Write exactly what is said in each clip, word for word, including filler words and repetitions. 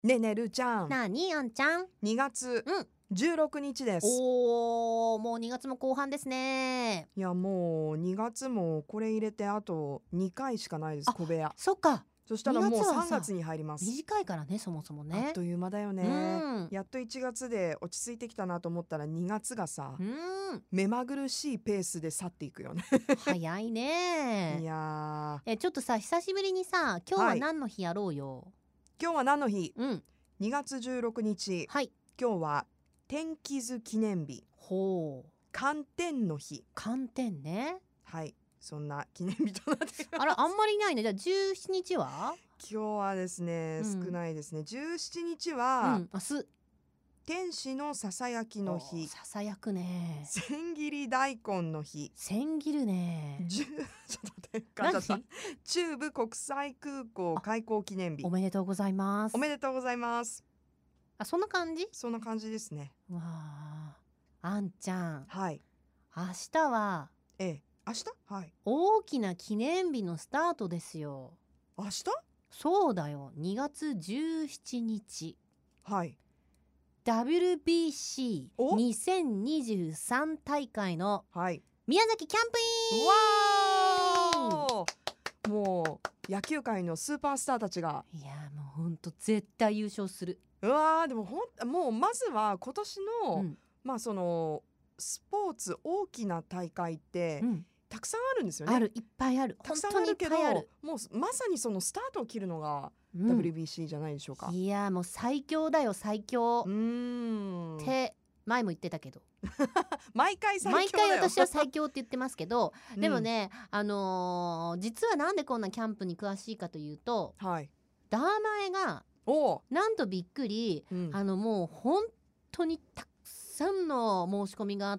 ねえねえるーちゃん、 なにあんちゃん。 にがつうんじゅうろくにちです。 おー、もうにがつも後半ですね。 いやもうにがつもこれ入れてあとにかいしかないです。 あ小部屋。 そっか、 そしたらもうにがつはささんがつに入ります。 短いからね、そもそもあねっ。という間だよね、 うんやっといちがつで落ち着いてきたなと思ったらにがつがさ、 うん目まぐるしいペースで去っていくよね早いいね。 やえちょっとさ、久しぶりにさ、今日ははい何の日やろうよ。 今日は何の日？ うんにがつじゅうろくにち、 はい。 今日は天気図記念日、 ほう、 寒天の日。 寒天ね。 はい、そんな記念日となっています。 あら、あんまりいないね。じゃあじゅうしちにちは今日はですね、 うん少ないですね。じゅうしちにちうは、 ん、明日天使のささやきの日、 ささやくね。 千切り大根の日、 千切るね。 じゅうちょっと待って噛んじゃった何中部国際空港開港記念日。 おめでとうございます。 おめでとうございます。 あ、そんな感じ。 そんな感じですね。 わあ、あんちゃん、 はい。 明日はええ、明日？はい。 大きな記念日のスタートですよ。 明日？ そうだよ、にがつじゅうしちにち、 はい。 ダブリュービーシおーにせんにじゅうさん大会のはい。 宮崎キャンプイン。 わー！もう野球界のスーパースターたちが。 いやもうほんと絶対優勝する。 うわー、でもほんもうまずは今年の、 うんまあそのスポーツ大きな大会って、 うん、 たくさんあるんですよね。 ある、いっぱいある。 たくさん本当にいっあるけど、 ぱいある。 もうまさにそのスタートを切るのがうんダブリュービーシー じゃないでしょうか。 いやもう最強だよ、最強うーん。 って前も言ってたけど、 毎回最強毎だよ。 回私は最強って言ってますけどうんでもね、あのー実はなんでこんなキャンプに詳しいかというと、 はい。 ダーマエがおう、 なんとびっくり、 うん、 あのもう本当にたくさんの申し込みがあって、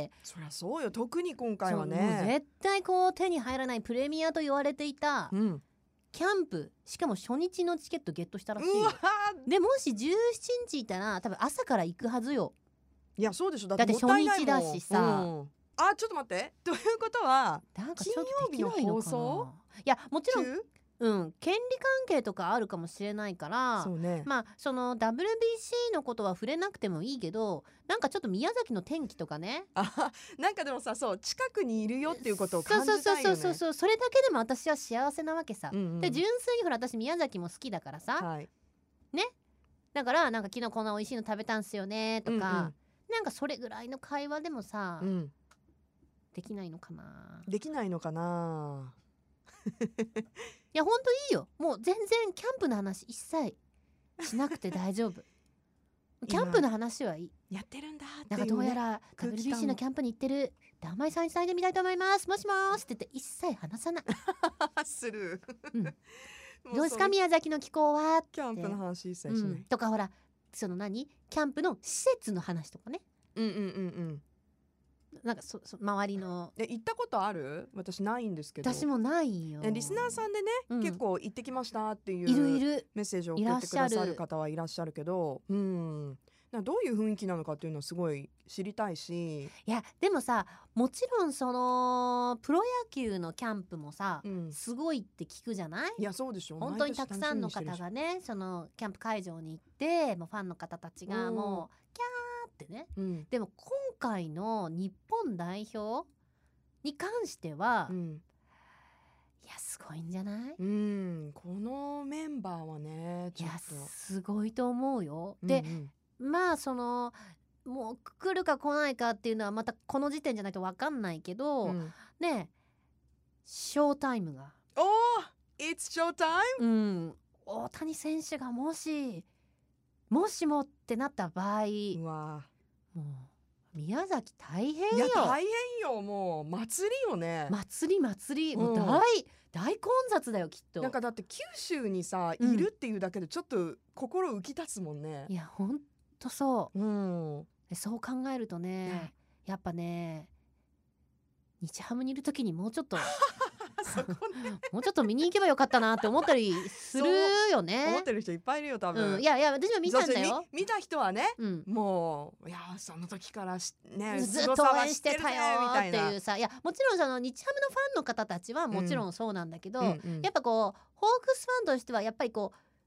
そりゃそうよ。特に今回はそうもうね。 絶対こう手に入らないプレミアと言われていたうん。 キャンプ、しかも初日のチケットゲットしたらしいうよわでもしじゅうしちにちいたら多分朝から行くはずよ。 ー、いやそうでしょ。だだってもったいないもん初日だしさうんあ、ちょっと待って。ということはなんかちょっとできないのか金曜日の放な。 送いやもちろん、 中？ うん、権利関係とかあるかもしれないからそうね。 まあその ダブリュービーシー のことは触れなくてもいいけど、なんかちょっと宮崎の天気とかね、 あ、なんかでもさ、そう近くにいるよっていうことを感じたいよね。 そうそうそうそうそう、それだけでも私は幸せなわけさ、 うんうんで純粋にほら私宮崎も好きだからさ、 はい。 だからなんか昨日こんな美味しいの食べたんすよねとか、 うんうんなんかそれぐらいの会話でもさ、 うん、 できないのかな。 できないのかな。 いやほんといいよ、もう全然キャンプの話一切しなくて大丈夫キャンプの話はいい。 やってるんだってなんかいう、ね、 どうやら ダブリュービーシー のキャンプに行ってるダーマイさんに伝えてみたいと思います、もしもーしって言って一切話さないする、 うんもどうですかそ宮崎の気候は、 キャンプの話一切しない、 うん、とかほらその何キャンプの施設の話とかね、 うんうんうんうんなんかそそ周りの、 え、行ったことある？私ないんですけど。 私もないよ。 えリスナーさんでね、 うん結構行ってきましたっていいるいうるメッセージを送ってくださる方はいらっしゃるけど、うんなんかどういう雰囲気なのかっていうのはすごい知りたいし、 いやでもさ、もちろんそのプロ野球のキャンプもさ、 うん、 すごいって聞くじゃない。 いやそうでしょ。 本当にたくさんの方毎年楽しみにしてるがねそのキャンプ会場に行ってもうファンの方たちがもうキャーってね。 し、うんでも今回の日本代表に関しては、 うんいやすごいんじゃない。 うん、このメンバーはねいやちょっとすごいと思うよ。で、 うんまあそのもう来るか来ないかっていうのはまたこの時点じゃないと分かんないけど、 うんうん、 ねショータイムが、 おー It's show time。 うん、大谷選手がもしもしもってなった場合、 うわもう宮崎大変いやよ。 大変よ。もう祭りよね、 祭り祭り、もううん大大混雑だよきっと。 なんかだって九州にさ、 うんいるっていうだけでちょっと心浮き立つもんねい。やほんとそうんうでそう考えるとね、 ねやっぱね日ハムにいる時にもうちょっとそこねもうちょっと見に行けばよかったなって思ったりするよ思ねっ。てる人いっぱいいるよ多分、 うん、いやいや私も見たんだそよして。み見た人はね、 うん、 もういやその時からしねずっと応凄さは援してたよ知ってるねみたいなっていうさ、いやもちろんその日ハムのファンの方たちはもちろんそうなんだけど、 うんうんやっぱこうホークスファンとしてはやっぱりこう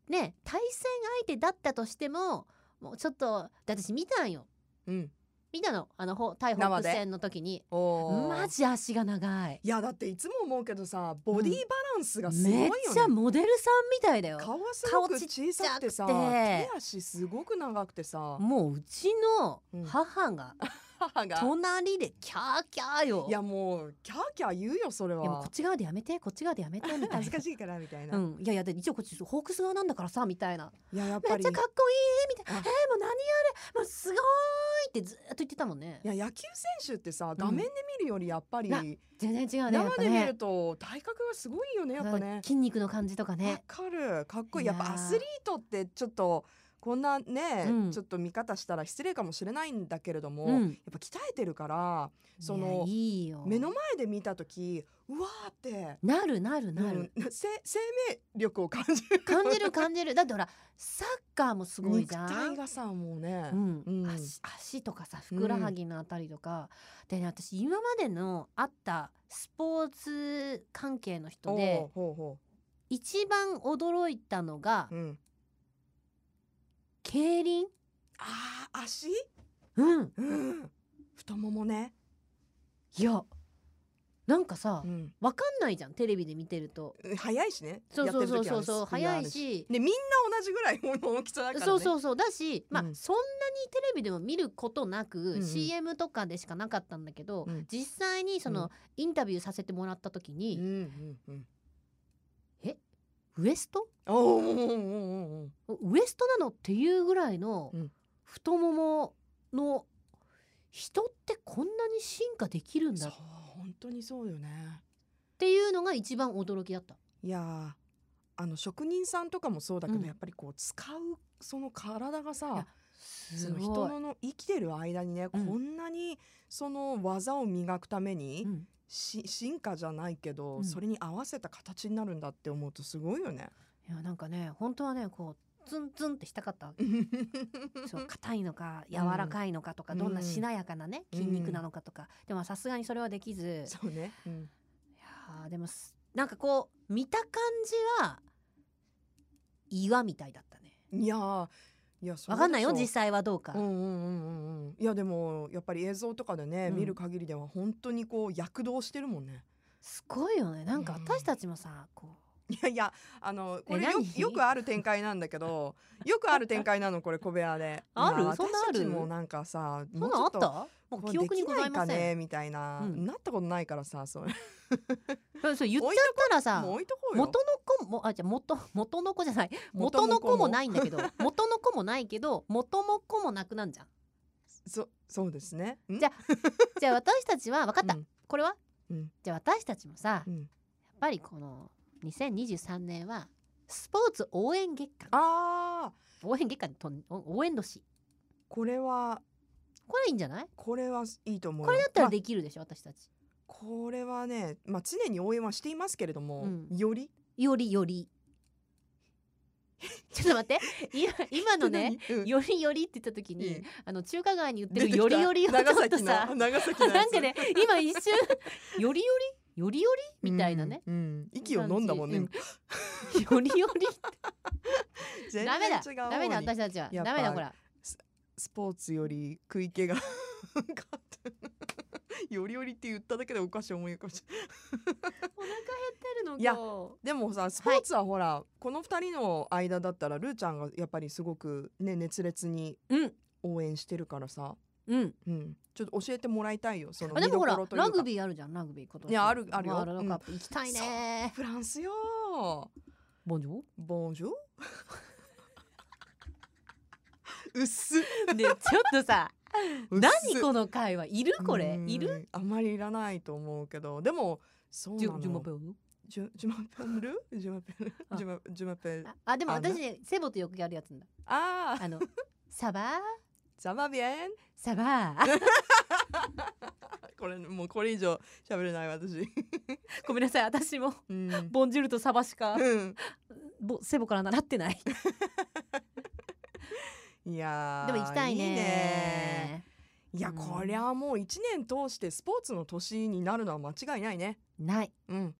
ね対戦相手だったとしてももうちょっとで私見たんよ。 うん見たのあのほ対ホークス戦の時におーマジ足が長い。 いやだっていつも思うけどさボディバランスがすごいめっよね、 ちゃモデルさんみたいだよ。 顔がすごく小さくてさ顔ちっちゃくて手足すごく長くてさもううちの母が母が隣でキャーキャーよ。 いやもうキャーキャー言うよそれいやもうこはっち側でやめてこっち側でやめてみたいな恥ずかしいからみたいな、 うん、いやいやで一応こっちホークス側なんだからさみたいな。 いややっぱりめっちゃかっこいいみたいな。 あえー、もう何あれもうすごーいってずっと言ってたもんね。 いや野球選手ってさ画面で見るよりやっぱり、 いや全然違うね。やっ生で見ぱねると体格がすごいよねやっぱね。 筋肉の感じとかわね。 かるかっこいい。 いやーやっぱアスリートってちょっとこんなね、 うんちょっと見方したら失礼かもしれないんだけれども、 うんやっぱ鍛えてるからそのいやいいよ目の前で見た時うわーってなるなるなる、 うんせ生命力を感じる感じる感じる。だってほらサッカーもすごいじゃん。 肉体がさもうね、 うんうん足, 足とかさふくらはぎのあたりとか、でね私今までのあったスポーツ関係の人でおうほうほ一番驚いたのが、 う、うん、 競輪。 あー足、 うんうん、太ももね、 いやなんかさ、 うん、 わかんないじゃんテレビで見てると。 早いしねそうそうそうやってる時はそうそうスピードある早いし、 ね、みんな同じぐらいの大きさだからね。 そうそうそうだし、まあ、 うんそんなにテレビでも見ることなく、 んうんシーエム とかでしかなかったんだけど、 うん実際にその、 うんインタビューさせてもらった時に、 うんうんうんウエストおーおーおーおーおーウエストなのっていうぐらいのうん太ももの人ってこんなに進化できるんだそうっ本当にそうよね。 ていうのが一番驚きだった。 いやーあの職人さんとかもそうだけど、 うんやっぱりこう使うその体がいさやそのすごい人のの生きてる間にね、 うんこんなにその技を磨くために、 うんし進化じゃないけど、 うんそれに合わせた形になるんだって思うとすごいよね。 いやなんかね本当はねこうツンツンってしたかったわけそう硬いのか柔らかいのかとか、 うんどんなしなやかなね筋肉なのかとか、でもさすがにそれはできず、 そうね、うんいやーでもすなんかこう見た感じは岩みたいだったね。 いやーいやそうわかんないよでしょ実際はどうか、 うんうんうんうんうんいやでもやっぱり映像とかでね、 うん見る限りでは本当にこう躍動してるもんね。 すごいよね。なんか私たちもさこいやいやあのこれよえ何よくある展開なんだけどよくある展開なのこれ小部屋で。 あるいやそんなある私たちもなんかさうそんなんあっもうちょっとたもうこう記憶にございまできないかせん。 ねみたいな、 うんなったことないからさそれそうそう言っちゃったらさもう置いとこうよ。 元の子もあじゃあ元元の子じゃない元の子もないんだけど元の子もないけど元も子もなくなんじゃん。 そそうですね。んじゃじゃあ私たちは分かった、 うんこれはうんじゃあ私たちもさ、 うんやっぱりこのにせんにじゅうさんねんはスポーツ応援月間あー応援月間と応援年これはこれいいんじゃない？ これはいいと思うよ。 これだったらまあできるでしょ私たち。 これはね、まあ、常に応援はしていますけれども、 うんよりよりよりちょっと待って今今のね何うんよりよりって言った時に、 うんあの中華街に売ってる出てきたよりよりをちょ長っと崎さの長崎のやつなんかね今一瞬よりよりよりよりみたいなね、 うんうん息を飲んだもんね、 うんよりより全ダメだ然違う方にダメだ私たちはやっぱダメだほらスポーツより食い気がよりよりって言っただけでお菓子思い浮かべちゃうお腹減ってるのいや今でもさスポーツはほら、このふたりの間だったらルーちゃんがやっぱりすごくね熱烈に日うん応援してるからさ、 うんうん、ちょっと教えてもらいたいよそのあでもほら見どころというかラグビーあるじゃんラグビー今年いやあるあるよワールドカップ行きたいね、 フランスよボンジョボンジュうっすーでちょっとさうっす何この会話いるこれうんいるあんまりいらないと思うけどでもそうなのジュジュマペオジュジュマペルジュマペルあジュマジュマペルああでもあ私ねセボとよくやるやつなんだあーあのサバーザマビエンサバーこれもうこれ以上喋れない私ごめんなさい私もうんボンジュールとサバしかうんボセボから習ってないいやーでも行きたいねいいねいや、 うんこりゃもう一年通してスポーツの年になるのは間違いないね。 ないうん